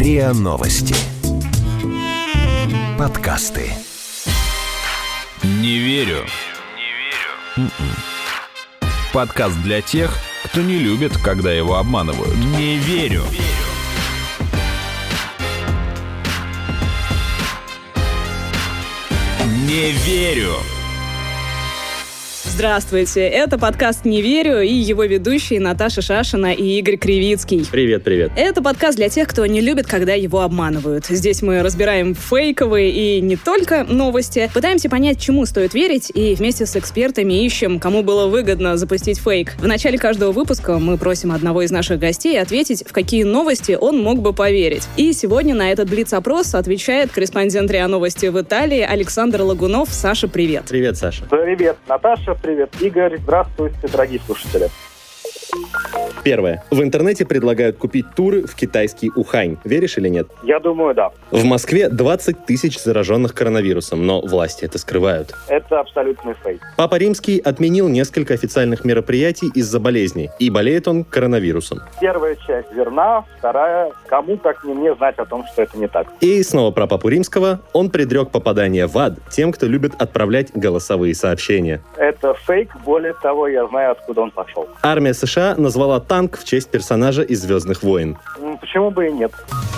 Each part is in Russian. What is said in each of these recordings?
РИА Новости. Подкасты. Не верю. Подкаст для тех, кто не любит, когда его обманывают. Не верю. Не верю. Здравствуйте, это подкаст «Не верю» и его ведущие Наташа Шашина и Игорь Кривицкий. Привет. Это подкаст для тех, кто не любит, когда его обманывают. Здесь мы разбираем фейковые и не только новости, пытаемся понять, чему стоит верить, и вместе с экспертами ищем, кому было выгодно запустить фейк. В начале каждого выпуска мы просим одного из наших гостей ответить, в какие новости он мог бы поверить. И сегодня на этот блиц-опрос отвечает корреспондент РИА Новости в Италии Александр Лагунов. Саша, привет. Привет, Саша. Привет, Наташа. Привет, Игорь. Здравствуйте, дорогие слушатели. Первое. В интернете предлагают купить туры в китайский Ухань. Веришь или нет? Я думаю, да. В Москве 20 тысяч зараженных коронавирусом, но власти это скрывают. Это абсолютный фейк. Папа Римский отменил несколько официальных мероприятий из-за болезней. И болеет он коронавирусом. Первая часть верна, вторая, кому как не мне знать о том, что это не так. И снова про Папу Римского. Он предрек попадание в ад тем, кто любит отправлять голосовые сообщения. Это фейк, более того, я знаю, откуда он пошел. Армия США назвала танк в честь персонажа из «Звездных войн». Почему бы и нет?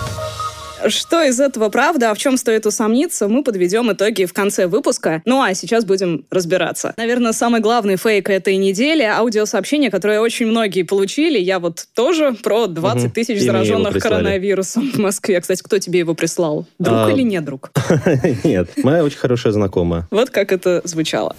Что из этого правда, а в чем стоит усомниться, мы подведем итоги в конце выпуска. Ну а сейчас будем разбираться. Наверное, самый главный фейк этой недели — аудиосообщение, которое очень многие получили. Я вот тоже про 20 тысяч зараженных коронавирусом в Москве. Кстати, кто тебе его прислал? Друг или не друг? Нет, моя очень хорошая знакомая. Вот как это звучало.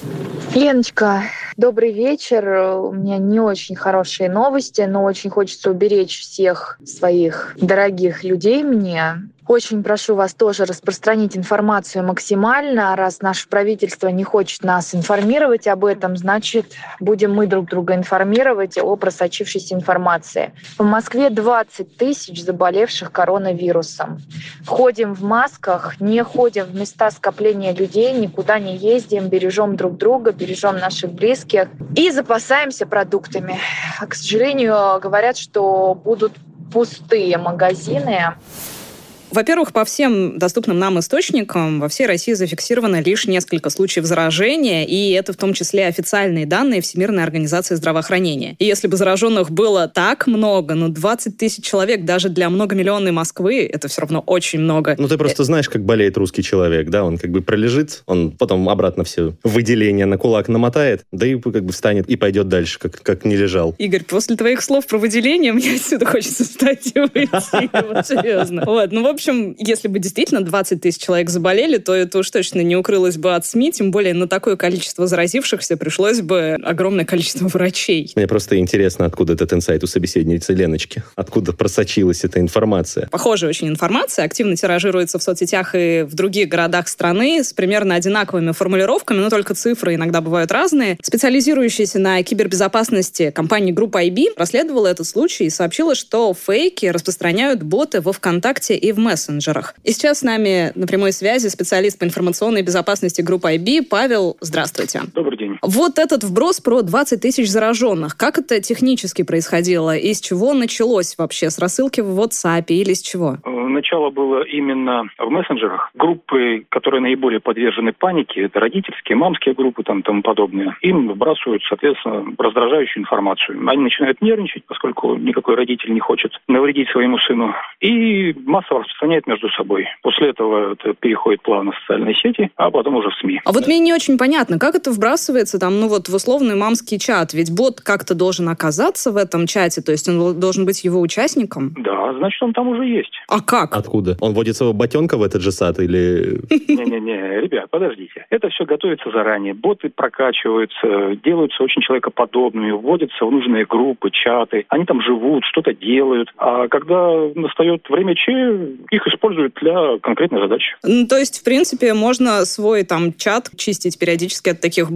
Леночка, добрый вечер. У меня не очень хорошие новости, но очень хочется уберечь всех своих дорогих людей мне. Очень прошу вас тоже распространить информацию максимально. Раз наше правительство не хочет нас информировать об этом, значит, будем мы друг друга информировать о просочившейся информации. В Москве 20 тысяч заболевших коронавирусом. Ходим в масках, не ходим в места скопления людей, никуда не ездим, бережем друг друга, бережем наших близких и запасаемся продуктами. К сожалению, говорят, что будут пустые магазины. Во-первых, по всем доступным нам источникам во всей России зафиксировано лишь несколько случаев заражения, и это в том числе официальные данные Всемирной организации здравоохранения. И если бы зараженных было так много, 20 тысяч человек даже для многомиллионной Москвы, это все равно очень много. Ты просто знаешь, как болеет русский человек, да? Он пролежит, он потом обратно все выделение на кулак намотает, да и встанет и пойдет дальше, как не лежал. Игорь, после твоих слов про выделение мне отсюда хочется встать и выйти. Вот серьезно. В общем, если бы действительно 20 тысяч человек заболели, то это уж точно не укрылось бы от СМИ, тем более на такое количество заразившихся пришлось бы огромное количество врачей. Мне просто интересно, откуда этот инсайт у собеседницы Леночки. Откуда просочилась эта информация? Похожая очень информация активно тиражируется в соцсетях и в других городах страны с примерно одинаковыми формулировками, но только цифры иногда бывают разные. Специализирующаяся на кибербезопасности компания Группа IB расследовала этот случай и сообщила, что фейки распространяют боты во ВКонтакте и в мессенджерах. И сейчас с нами на прямой связи специалист по информационной безопасности группы IB Павел. Здравствуйте. Добрый день. Вот этот вброс про 20 тысяч зараженных. Как это технически происходило? И с чего началось вообще? С рассылки в WhatsApp или с чего? Начало было именно в мессенджерах. Группы, которые наиболее подвержены панике, это родительские, мамские группы, тому подобное. Им выбрасывают, соответственно, раздражающую информацию. Они начинают нервничать, поскольку никакой родитель не хочет навредить своему сыну. И массово распространяет между собой. После этого это переходит плавно в социальные сети, а потом уже в СМИ. А вот мне не очень понятно, как это вбрасывается в условный мамский чат? Ведь бот как-то должен оказаться в этом чате, то есть он должен быть его участником? Да, значит, он там уже есть. А как? Откуда? Он вводит своего ботенка в этот же сад или... Не-не-не, ребят, подождите. Это все готовится заранее. Боты прокачиваются, делаются очень человекоподобными, вводятся в нужные группы, чаты. Они там живут, что-то делают. А когда настает время их используют для конкретной задачи. То есть, в принципе, можно свой чат чистить периодически от таких ботов,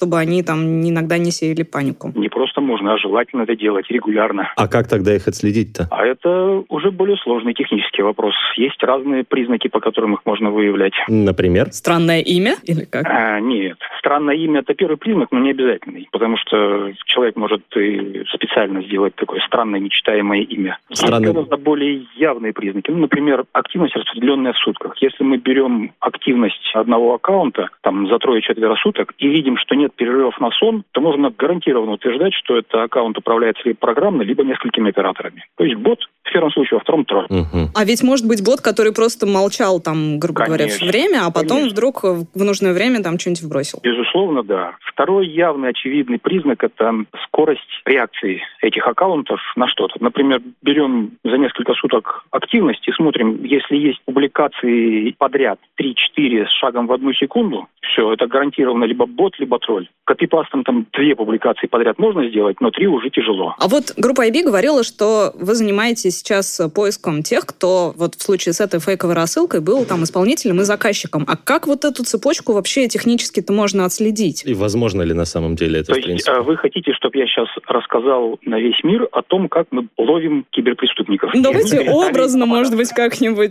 чтобы они там иногда не сеяли панику? Не просто можно, а желательно это делать регулярно. А как тогда их отследить-то? А это уже более сложный технический вопрос. Есть разные признаки, по которым их можно выявлять. Например? Странное имя или как? Нет. Странное имя – это первый признак, но не обязательный. Потому что человек может и специально сделать такое странное, нечитаемое имя. Странное. Есть гораздо более явные признаки. Например, активность, распределенная в сутках. Если мы берем активность одного аккаунта там за 3-4 суток и видим, что нет перерывов на сон, то можно гарантированно утверждать, что это аккаунт управляется либо программно, либо несколькими операторами. То есть бот в первом случае, во втором тролль. А ведь может быть бот, который просто молчал там, грубо говоря, Конечно, время, а потом конечно. вдруг в нужное время там что-нибудь вбросил. Безусловно, да. Второй явный очевидный признак – это скорость реакции этих аккаунтов на что-то. Например, берем за несколько суток активность и смотрим, если есть публикации подряд 3-4 с шагом в 1 секунду, все, это гарантированно либо бот, либо тролль. Копипастом там 2 публикации подряд можно сделать, но 3 уже тяжело. А вот группа IB говорила, что вы занимаетесь сейчас поиском тех, кто вот в случае с этой фейковой рассылкой был там исполнителем и заказчиком. А как вот эту цепочку вообще технически-то можно отследить? И возможно ли на самом деле это, То в есть принципе? вы хотите, чтобы я сейчас рассказал на весь мир о том, как мы ловим киберпреступников? Давайте И они образно, может быть, как-нибудь.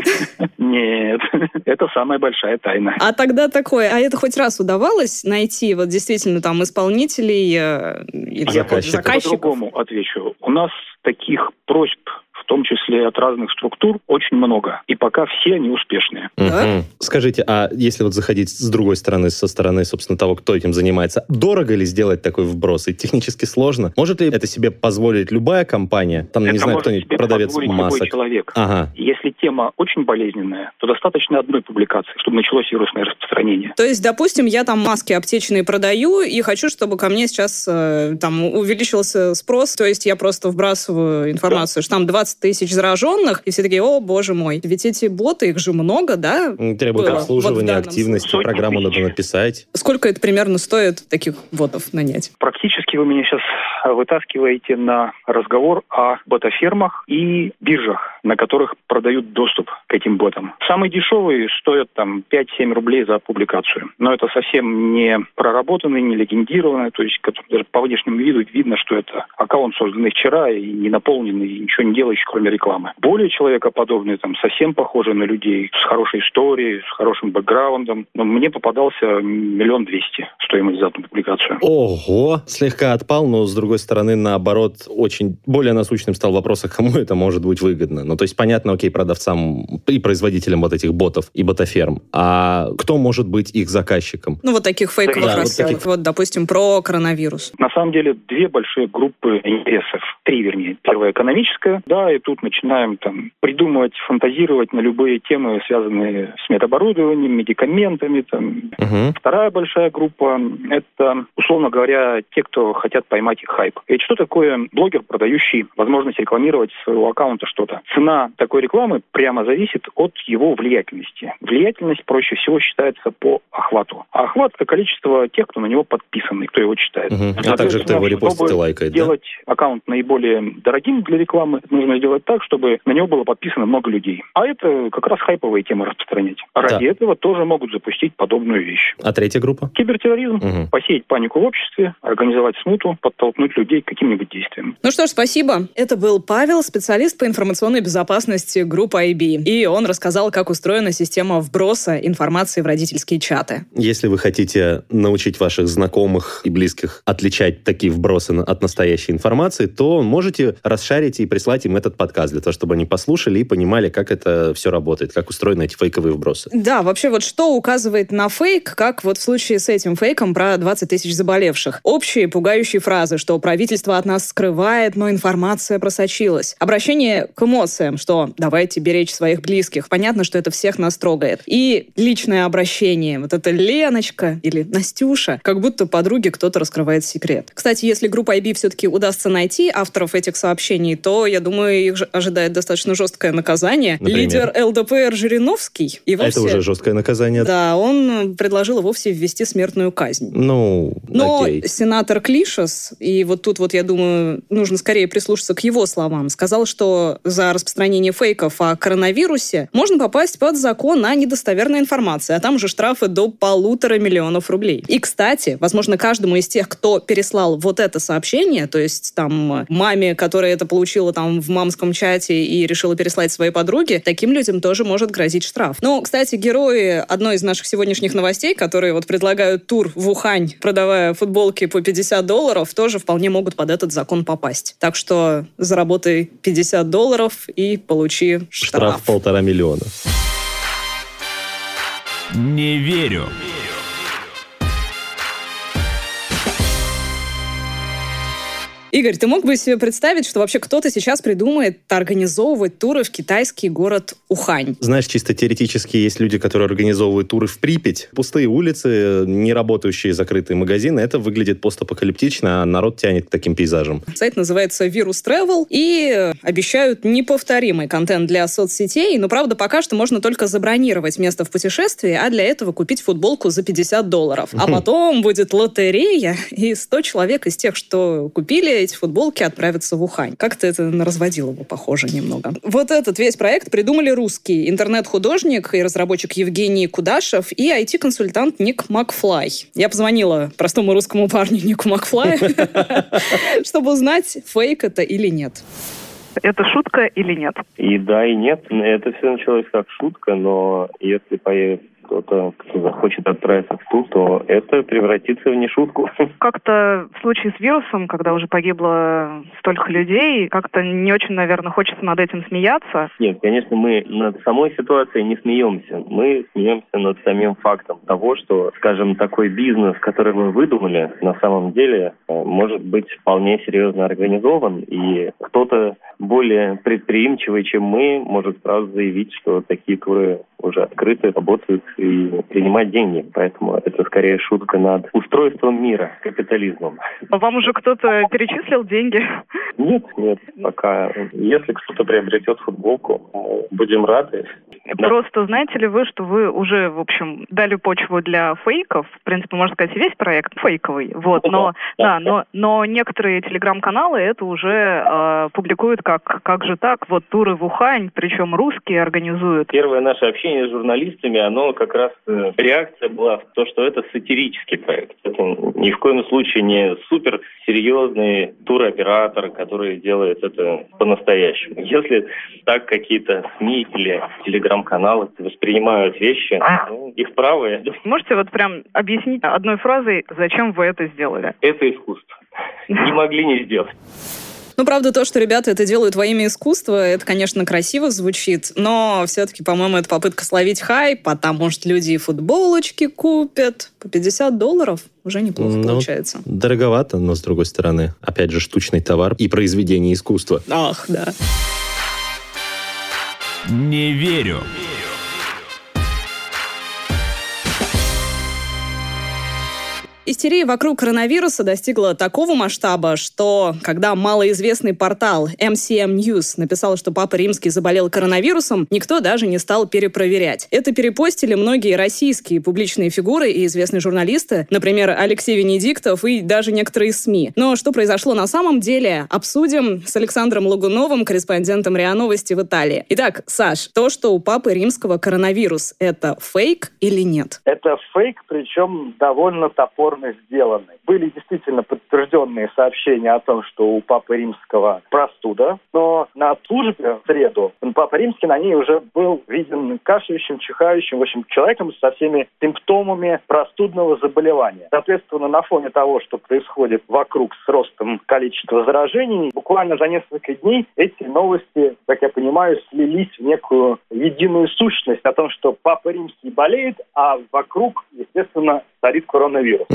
Нет, это самая большая тайна. А тогда такое, а это хоть раз удавалось найти вот действительно там исполнителей или Заказчиков. По-другому отвечу. У нас таких просьб, в том числе от разных структур, очень много. И пока все они успешные. Да? Скажите, а если вот заходить с другой стороны, со стороны, собственно, того, кто этим занимается, дорого ли сделать такой вброс? И технически сложно? Может ли это себе позволить любая компания? Там, Это не знаю, может кто-нибудь, себе продавец позволить масок? любой человек. Ага. Если тема очень болезненная, то достаточно одной публикации, чтобы началось вирусное распространение. То есть, допустим, я там маски аптечные продаю и хочу, чтобы ко мне сейчас там увеличился спрос, то есть я просто вбрасываю информацию, что там 20 тысяч зараженных, и все такие, о, боже мой. Ведь эти боты, их же много, да? Требует было? обслуживания, Вот в данном активности, случае. программу Сотни надо тысяч. написать. Сколько это примерно стоит таких ботов нанять? Практически вы меня сейчас вытаскиваете на разговор о ботофермах и биржах, на которых продают доступ к этим ботам. Самые дешевые стоят там 5-7 рублей за публикацию. Но это совсем не проработанные, не легендированные, то есть даже по внешнему виду видно, что это аккаунт, созданный вчера и не наполненный, и ничего не делающий, кроме рекламы. Более человекоподобные, там совсем похожие на людей, с хорошей историей, с хорошим бэкграундом. Но мне попадался 1 200 000 стоимость за одну публикацию. Ого! Слегка отпал, но, с другой стороны, наоборот, очень более насущным стал вопрос, а кому это может быть выгодно. Ну, то есть, понятно, окей, продавцам и производителям вот этих ботов и ботоферм. А кто может быть их заказчиком? Ну, вот таких фейковых Да, вот рассылок. таких. Вот, допустим, про коронавирус. На самом деле 2 большие группы интересов. 3, вернее. Первая экономическая. Да, и тут начинаем там придумывать, фантазировать на любые темы, связанные с медоборудованием, медикаментами. Там. Угу. Вторая большая группа – это, условно говоря, те, кто хотят поймать их хайп. Ведь что такое блогер, продающий возможность рекламировать с своего аккаунта что-то? Цена такой рекламы прямо зависит от его влиятельности. Влиятельность проще всего считается по охвату. А охват – это количество тех, кто на него подписан и кто его читает. Угу. А также кто его репостит и лайкает, да? Сделать аккаунт наиболее дорогим для рекламы, нужно сделать так, чтобы на него было подписано много людей. А это как раз хайповые темы распространять. Ради этого тоже могут запустить подобную вещь. А третья группа? Кибертерроризм. Угу. Посеять панику в обществе, организовать смуту, подтолкнуть людей к каким-нибудь действиям. Ну что ж, спасибо. Это был Павел, специалист по информационной безопасности группы IB. И он рассказал, как устроена система вброса информации в родительские чаты. Если вы хотите научить ваших знакомых и близких отличать такие вбросы от настоящей информации, то можете расшарить и прислать им этот подкаст для того, чтобы они послушали и понимали, как это все работает, как устроены эти фейковые вбросы. Да, вообще вот что указывает на фейк, как вот в случае с этим фейком про 20 тысяч заболевших. Общие пугающие фразы, что правительство от нас скрывает, но информация просочилась. Обращение к эмоциям, что давайте беречь своих близких. Понятно, что это всех нас трогает. И личное обращение. Вот это Леночка или Настюша, как будто подруге кто-то раскрывает секрет. Кстати, если группа IB все-таки удастся найти авторов этих сообщений, сообщений, то, я думаю, их ожидает достаточно жесткое наказание. Например? Лидер ЛДПР Жириновский и вовсе... Это уже жесткое наказание. Да, он предложил и вовсе ввести смертную казнь. Ну, Но окей. сенатор Клишес, и вот тут вот, я думаю, нужно скорее прислушаться к его словам, сказал, что за распространение фейков о коронавирусе можно попасть под закон о недостоверной информации, а там же штрафы до 1,5 миллиона рублей. И, кстати, возможно, каждому из тех, кто переслал вот это сообщение, то есть там маме, которая это получила там в мамском чате и решила переслать своей подруге, таким людям тоже может грозить штраф. Но, кстати, герои одной из наших сегодняшних новостей, которые вот предлагают тур в Ухань, продавая футболки по $50, тоже вполне могут под этот закон попасть. Так что заработай $50 и получи штраф. Штраф 1,5 миллиона. Не верю. Игорь, ты мог бы себе представить, что вообще кто-то сейчас придумает организовывать туры в китайский город Ухань? Знаешь, чисто теоретически есть люди, которые организовывают туры в Припять. Пустые улицы, неработающие закрытые магазины. Это выглядит постапокалиптично, а народ тянет к таким пейзажам. Сайт называется Virus Travel и обещают неповторимый контент для соцсетей. Но, правда, пока что можно только забронировать место в путешествии, а для этого купить футболку за $50. А потом будет лотерея, и 100 человек из тех, что купили эти футболки, отправятся в Ухань. Как-то это на Разводилово похоже немного. Вот этот весь проект придумали русский интернет-художник и разработчик Евгений Кудашев и IT-консультант Ник Макфлай. Я позвонила простому русскому парню Нику Макфлаю, чтобы узнать, фейк это или нет. Это шутка или нет? И да, и нет. Это все началось как шутка, но если появится кто-то захочет отправиться в тур, то это превратится в не шутку. Как-то в случае с вирусом, когда уже погибло столько людей, как-то не очень, наверное, хочется над этим смеяться. Нет, конечно, мы над самой ситуацией не смеемся. Мы смеемся над самим фактом того, что, скажем, такой бизнес, который мы выдумали, на самом деле может быть вполне серьезно организован, и кто-то более предприимчивый, чем мы, может сразу заявить, что такие туры уже открыты, работают и принимать деньги. Поэтому это скорее шутка над устройством мира, капитализмом. А вам уже кто-то перечислил деньги? Нет, пока. Если кто-то приобретет футболку, мы будем рады. Просто знаете ли вы, что вы уже, в общем, дали почву для фейков? В принципе, можно сказать, весь проект фейковый. Вот, но некоторые телеграм-каналы это уже публикуют как же так, вот туры в Ухань, причем русские организуют. Первое наше общение с журналистами, оно как раз реакция была в то, что это сатирический проект. Это ни в коем случае не суперсерьезный туроператор, который делает это по-настоящему. Если так какие-то СМИ или телеграм-каналы воспринимают вещи, их право. Можете вот прям объяснить одной фразой, зачем вы это сделали? Это искусство. Не могли не сделать. Ну, правда, то, что ребята это делают во имя искусства, это, конечно, красиво звучит, но все-таки, по-моему, это попытка словить хайп, а там, может, люди и футболочки купят по $50. Уже неплохо получается. Дороговато, но, с другой стороны, опять же, штучный товар и произведение искусства. Ах, да. Не верю. Истерия вокруг коронавируса достигла такого масштаба, что когда малоизвестный портал MCM News написал, что Папа Римский заболел коронавирусом, никто даже не стал перепроверять. Это перепостили многие российские публичные фигуры и известные журналисты, например, Алексей Венедиктов и даже некоторые СМИ. Но что произошло на самом деле, обсудим с Александром Лагуновым, корреспондентом РИА Новости в Италии. Итак, Саш, то, что у Папы Римского коронавирус, это фейк или нет? Это фейк, причем довольно топорно сделанный. Были действительно подтвержденные сообщения о том, что у Папы Римского простуда, но на службе в среду Папа Римский на ней уже был виден кашляющим, чихающим, в общем, человеком со всеми симптомами простудного заболевания. Соответственно, на фоне того, что происходит вокруг с ростом количества заражений, буквально за несколько дней эти новости, как я понимаю, слились в некую единую сущность о том, что Папа Римский болеет, а вокруг, естественно, царит коронавирус.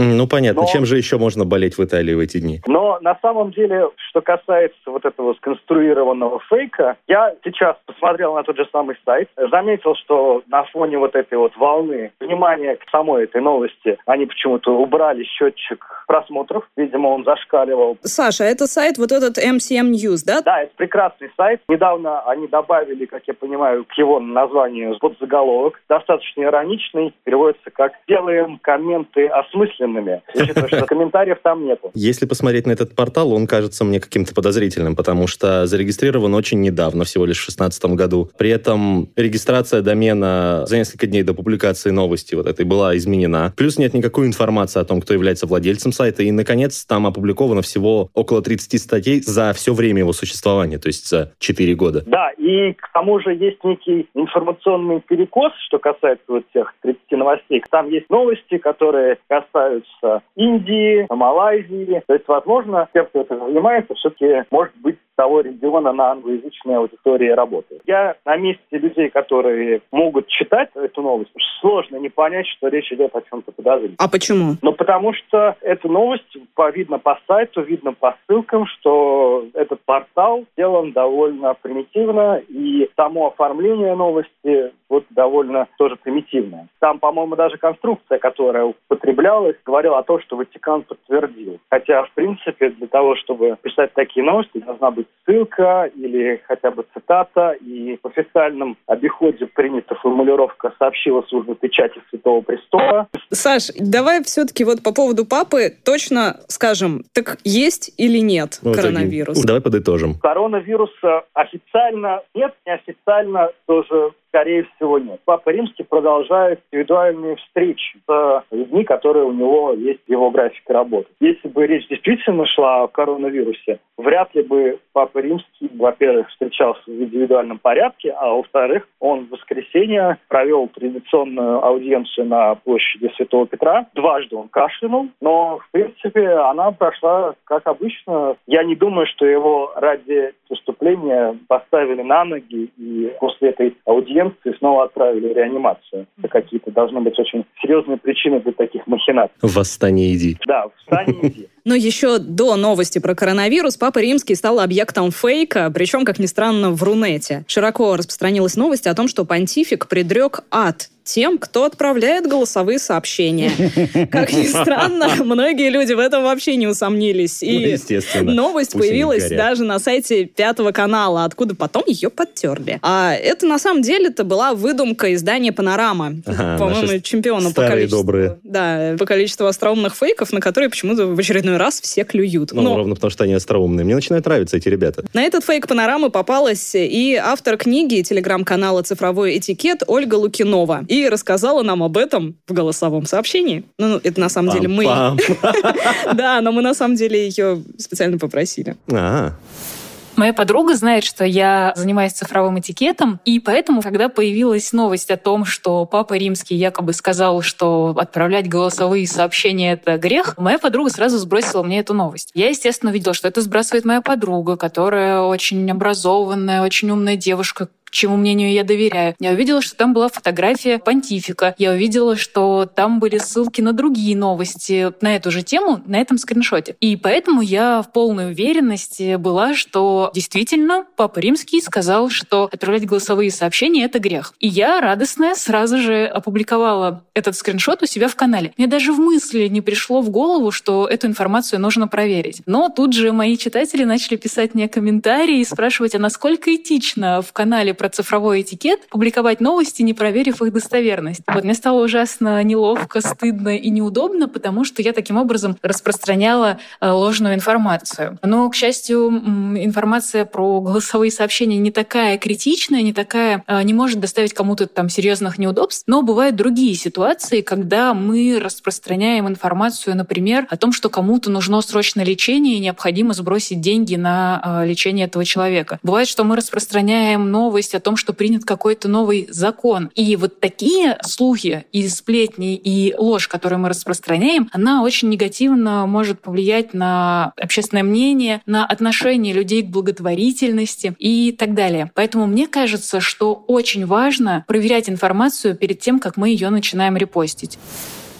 Ну, понятно. Чем же еще можно болеть в Италии в эти дни? Но на самом деле, что касается вот этого сконструированного фейка, я сейчас посмотрел на тот же самый сайт, заметил, что на фоне вот этой вот волны внимания к самой этой новости они почему-то убрали счетчик просмотров. Видимо, он зашкаливал. Саша, это сайт вот этот MCM News, да? Да, это прекрасный сайт. Недавно они добавили, как я понимаю, к его названию подзаголовок. Достаточно ироничный. Переводится как «Делаем комменты осмысленными». Я считаю, что комментариев там нету. Если посмотреть на этот портал, он кажется мне каким-то подозрительным, потому что зарегистрирован очень недавно, всего лишь в 2016 году. При этом регистрация домена за несколько дней до публикации новости вот этой была изменена. Плюс нет никакой информации о том, кто является владельцем сайта. И, наконец, там опубликовано всего около 30 статей за все время его существования, то есть за 4 года. Да, и к тому же есть некий информационный перекос, что касается вот тех 30 новостей. Там есть новости, которые касаются Индии, Малайзии. То есть, возможно, те, кто этим занимается, все-таки, может быть, того региона на англоязычной аудитории работает. Я на месте людей, которые могут читать эту новость, сложно не понять, что речь идет о чем-то подозрительном. А почему? Ну, потому что эта новость, видно по сайту, видно по ссылкам, что этот портал сделан довольно примитивно, и само оформление новости вот довольно тоже примитивное. Там, по-моему, даже конструкция, которая употреблялась, говорила о том, что Ватикан подтвердил. Хотя, в принципе, для того, чтобы писать такие новости, должна быть ссылка или хотя бы цитата, и в официальном обиходе принята формулировка «сообщила служба печати Святого Престола». Саш, давай все-таки вот по поводу папы точно скажем, так есть или нет коронавирус? Давай подытожим. Коронавируса официально нет, неофициально тоже, скорее всего, нет. Папа Римский продолжает индивидуальные встречи с людьми, которые у него есть в его графике работы. Если бы речь действительно шла о коронавирусе, вряд ли бы Папа Римский, во-первых, встречался в индивидуальном порядке, а во-вторых, он в воскресенье провел традиционную аудиенцию на площади Святого Петра. Дважды он кашлянул, но, в принципе, она прошла как обычно. Я не думаю, что его ради выступления поставили на ноги и после этой аудиенции снова отправили в реанимацию. Это какие-то должны быть очень серьезные причины для таких махинаций. Восстание иди. Да, восстание иди. Но еще до новости про коронавирус Папа Римский стал объектом фейка, причем, как ни странно, в Рунете. Широко распространилась новость о том, что понтифик предрек ад тем, кто отправляет голосовые сообщения. Как ни странно, многие люди в этом вообще не усомнились. И новость появилась даже на сайте Пятого канала, откуда потом ее подтерли. А это на самом деле-то была выдумка издания «Панорама». По-моему, чемпиона по количеству. Да, по количеству остроумных фейков, на которые почему-то в очередной раз все клюют. Ну, ровно потому, что они остроумные. Мне начинают нравиться эти ребята. На этот фейк «Панорамы» попалась и автор книги телеграм-канала «Цифровой этикет» Ольга Лукинова. И рассказала нам об этом в голосовом сообщении. Ну, это на самом деле мы. Да, но мы на самом деле ее специально попросили. Моя подруга знает, что я занимаюсь цифровым этикетом, и поэтому, когда появилась новость о том, что Папа Римский якобы сказал, что отправлять голосовые сообщения — это грех, моя подруга сразу сбросила мне эту новость. Я, естественно, увидела, что это сбрасывает моя подруга, которая очень образованная, очень умная девушка, чему мнению я доверяю. Я увидела, что там была фотография понтифика. Я увидела, что там были ссылки на другие новости на эту же тему на этом скриншоте. И поэтому я в полной уверенности была, что действительно Папа Римский сказал, что отправлять голосовые сообщения — это грех. И я, радостная, сразу же опубликовала этот скриншот у себя в канале. Мне даже в мысли не пришло в голову, что эту информацию нужно проверить. Но тут же мои читатели начали писать мне комментарии и спрашивать, а насколько этично в канале про цифровой этикет публиковать новости, не проверив их достоверность. Вот мне стало ужасно неловко, стыдно и неудобно, потому что я таким образом распространяла ложную информацию. Но, к счастью, информация про голосовые сообщения не такая критичная, не может доставить кому-то там серьезных неудобств. Но бывают другие ситуации, когда мы распространяем информацию, например, о том, что кому-то нужно срочное лечение и необходимо сбросить деньги на лечение этого человека. Бывает, что мы распространяем новость о том, что принят какой-то новый закон. И вот такие слухи и сплетни, и ложь, которую мы распространяем, она очень негативно может повлиять на общественное мнение, на отношение людей к благотворительности и так далее. Поэтому мне кажется, что очень важно проверять информацию перед тем, как мы ее начинаем репостить.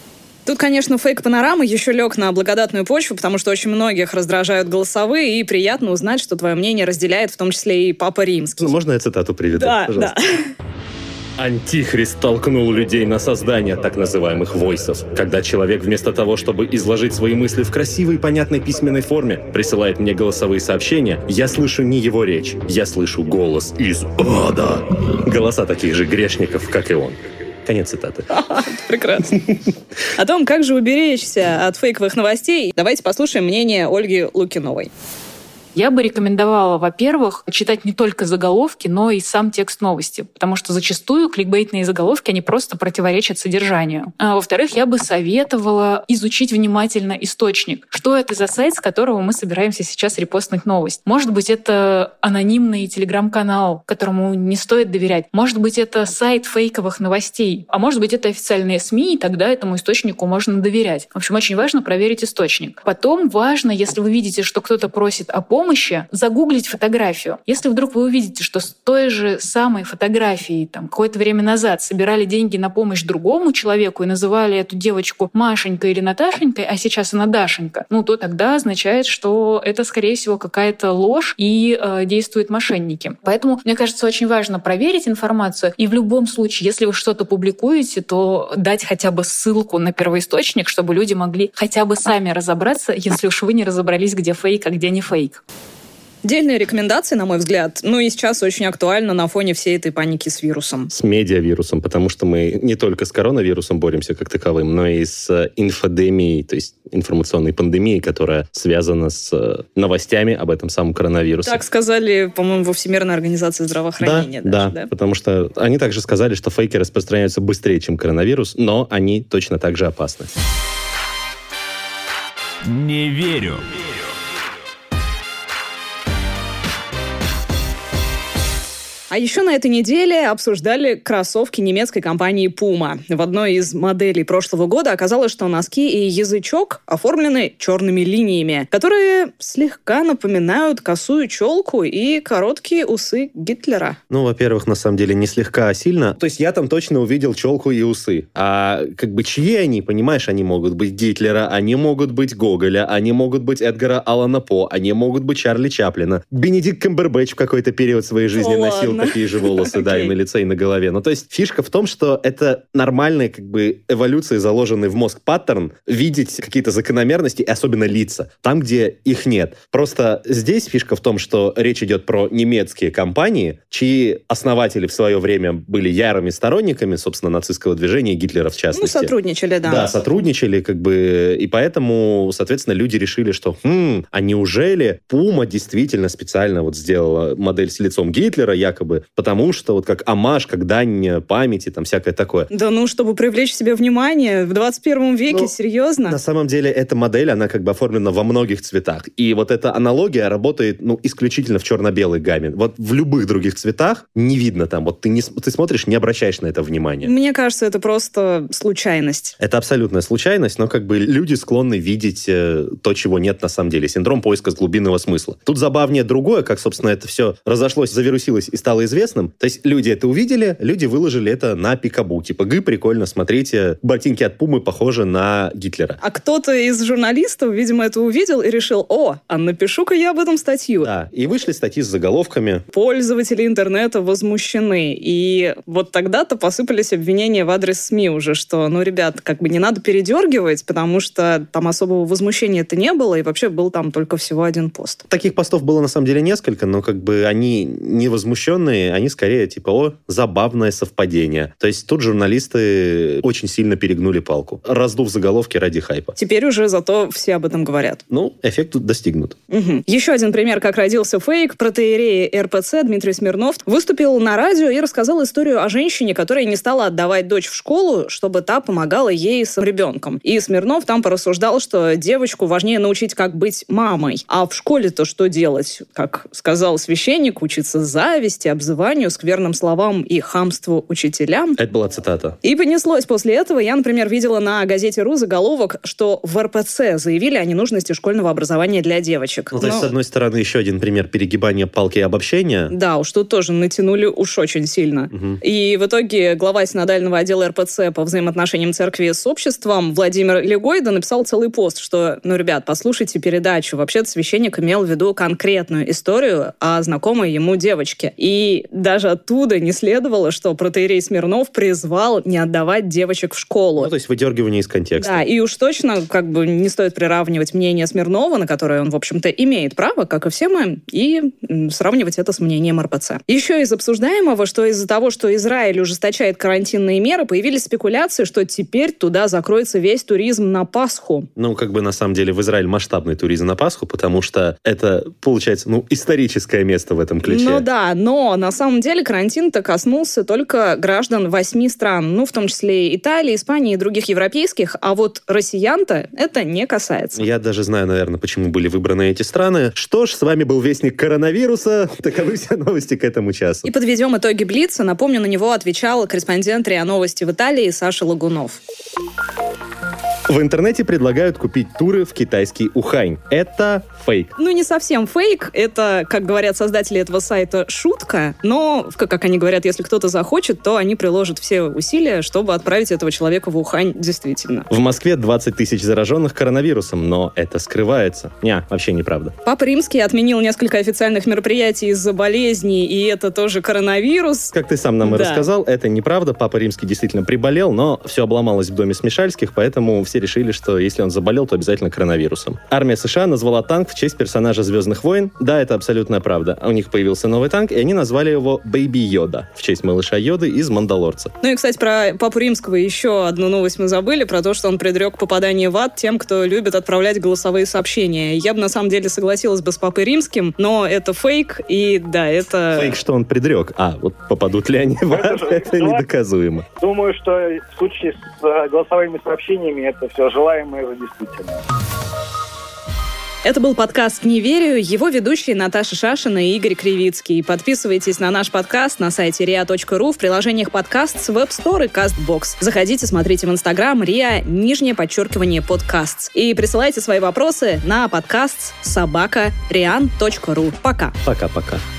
Тут, конечно, фейк Панорамы еще лег на благодатную почву, потому что очень многих раздражают голосовые, и приятно узнать, что твое мнение разделяет в том числе и Папа Римский. Можно я цитату приведу? Да, пожалуйста? да. Антихрист толкнул людей на создание так называемых войсов. Когда человек вместо того, чтобы изложить свои мысли в красивой и понятной письменной форме, присылает мне голосовые сообщения, я слышу не его речь, я слышу голос из ада. Голоса таких же грешников, как и он. Конец цитаты. Прекрасно. О том, как же уберечься от фейковых новостей, давайте послушаем мнение Ольги Лукиновой. Я бы рекомендовала, во-первых, читать не только заголовки, но и сам текст новости, потому что зачастую кликбейтные заголовки, они просто противоречат содержанию. А во-вторых, я бы советовала изучить внимательно источник. Что это за сайт, с которого мы собираемся сейчас репостнуть новость? Может быть, это анонимный телеграм-канал, которому не стоит доверять. Может быть, это сайт фейковых новостей. А может быть, это официальные СМИ, и тогда этому источнику можно доверять. В общем, очень важно проверить источник. Потом важно, если вы видите, что кто-то просит о помощи, загуглить фотографию. Если вдруг вы увидите, что с той же самой фотографией какое-то время назад собирали деньги на помощь другому человеку и называли эту девочку Машенькой или Наташенькой, а сейчас она Дашенька, то тогда означает, что это, скорее всего, какая-то ложь и действуют мошенники. Поэтому, мне кажется, очень важно проверить информацию и в любом случае, если вы что-то публикуете, то дать хотя бы ссылку на первоисточник, чтобы люди могли хотя бы сами разобраться, если уж вы не разобрались, где фейк, а где не фейк. Дельные рекомендации, на мой взгляд, и сейчас очень актуально на фоне всей этой паники с вирусом. С медиавирусом, потому что мы не только с коронавирусом боремся как таковым, но и с инфодемией, то есть информационной пандемией, которая связана с новостями об этом самом коронавирусе. Так сказали, по-моему, во Всемирной организации здравоохранения. Да, потому что они также сказали, что фейки распространяются быстрее, чем коронавирус, но они точно так же опасны. Не верю. А еще на этой неделе обсуждали кроссовки немецкой компании Puma. В одной из моделей прошлого года оказалось, что носки и язычок оформлены черными линиями, которые слегка напоминают косую челку и короткие усы Гитлера. Во-первых, на самом деле не слегка, а сильно. То есть я там точно увидел челку и усы. А чьи они, понимаешь, они могут быть Гитлера, они могут быть Гоголя, они могут быть Эдгара Аллана По, они могут быть Чарли Чаплина. Бенедикт Камбербэтч в какой-то период своей жизни носил такие же волосы, да, и на лице, и на голове. То есть фишка в том, что это нормальная эволюция, заложенный в мозг паттерн, видеть какие-то закономерности, и особенно лица, там, где их нет. Просто здесь фишка в том, что речь идет про немецкие компании, чьи основатели в свое время были ярыми сторонниками, собственно, нацистского движения, Гитлера в частности. Сотрудничали, да. Да, сотрудничали, и поэтому, соответственно, люди решили, что, а неужели Puma действительно специально сделала модель с лицом Гитлера, якобы, потому что как омаж, как дань памяти, всякое такое. Да чтобы привлечь себе внимание в 21 веке, серьезно? На самом деле, эта модель, она оформлена во многих цветах. И эта аналогия работает, исключительно в черно-белой гамме. В любых других цветах не видно там. Ты смотришь, не обращаешь на это внимания. Мне кажется, это просто случайность. Это абсолютная случайность, но люди склонны видеть то, чего нет на самом деле. Синдром поиска глубинного смысла. Тут забавнее другое, как, собственно, это все разошлось, завирусилось и стало известным. То есть люди это увидели, люди выложили это на Пикабу. Прикольно, смотрите, ботинки от Пумы похожи на Гитлера. А кто-то из журналистов, видимо, это увидел и решил, а напишу-ка я об этом статью. Да, и вышли статьи с заголовками. Пользователи интернета возмущены. И тогда-то посыпались обвинения в адрес СМИ уже, что, ребят, не надо передергивать, потому что там особого возмущения-то не было, и вообще был там только всего один пост. Таких постов было на самом деле несколько, но они не возмущенные, они скорее забавное совпадение. То есть тут журналисты очень сильно перегнули палку, раздув заголовки ради хайпа. Теперь уже зато все об этом говорят. Эффект тут достигнут. Угу. Еще один пример, как родился фейк. Протоиерей РПЦ Дмитрий Смирнов выступил на радио и рассказал историю о женщине, которая не стала отдавать дочь в школу, чтобы та помогала ей с ребенком. И Смирнов там порассуждал, что девочку важнее научить, как быть мамой. А в школе-то что делать? Как сказал священник, учиться зависти, обзыванию, скверным словам и хамству учителям. Это была цитата. И понеслось после этого. Я, например, видела на газете «Ру» заголовок, что в РПЦ заявили о ненужности школьного образования для девочек. Ну, то есть, с одной стороны, еще один пример перегибания палки и обобщения. Да, уж тут тоже натянули уж очень сильно. И в итоге глава синодального отдела РПЦ по взаимоотношениям церкви с обществом Владимир Легойда написал целый пост, что, ребят, послушайте передачу. Вообще-то священник имел в виду конкретную историю о знакомой ему девочке. И даже оттуда не следовало, что протоиерей Смирнов призвал не отдавать девочек в школу. Ну, то есть выдергивание из контекста. Да, и уж точно не стоит приравнивать мнение Смирнова, на которое он, в общем-то, имеет право, как и все мы, и сравнивать это с мнением РПЦ. Еще из обсуждаемого, что из-за того, что Израиль ужесточает карантинные меры, появились спекуляции, что теперь туда закроется весь туризм на Пасху. Ну, на самом деле в Израиль масштабный туризм на Пасху, потому что это, получается, историческое место в этом ключе. Ну да, но на самом деле карантин-то коснулся только граждан 8 стран, в том числе Италии, Испании и других европейских, а вот россиян-то это не касается. Я даже знаю, наверное, почему были выбраны эти страны. Что ж, с вами был Вестник коронавируса. Таковы все новости к этому часу. И подведем итоги Блица. Напомню, на него отвечал корреспондент РИА Новости в Италии Саша Лагунов. В интернете предлагают купить туры в китайский Ухань. Это фейк. Не совсем фейк. Это, как говорят создатели этого сайта, шутка. Но, как они говорят, если кто-то захочет, то они приложат все усилия, чтобы отправить этого человека в Ухань действительно. В Москве 20 тысяч зараженных коронавирусом, но это скрывается. Вообще неправда. Папа Римский отменил несколько официальных мероприятий из-за болезни, и это тоже коронавирус. Как ты сам нам и рассказал, это неправда. Папа Римский действительно приболел, но все обломалось в доме Смешальских, поэтому все решили, что если он заболел, то обязательно коронавирусом. Армия США назвала танк в честь персонажа «Звездных войн». Да, это абсолютная правда. У них появился новый танк, и они назвали его «Бэйби Йода» в честь малыша Йоды из «Мандалорца». И, кстати, про Папу Римского еще одну новость мы забыли, про то, что он предрек попадание в ад тем, кто любит отправлять голосовые сообщения. Я бы, на самом деле, согласилась бы с Папой Римским, но это фейк, и да, это... Фейк, что он предрек. Вот попадут ли они в ад, это недоказуемо. Думаю, что в случае с голосовыми сообщениями это все желаемое за действительное. Это был подкаст «Не верю». Его ведущие Наташа Шашина и Игорь Кривицкий. Подписывайтесь на наш подкаст на сайте ria.ru, в приложениях подкаст с Web Store и CastBox. Заходите, смотрите в Instagram ria_podcasts. И присылайте свои вопросы на подкаст @rian.ru. Пока. Пока-пока.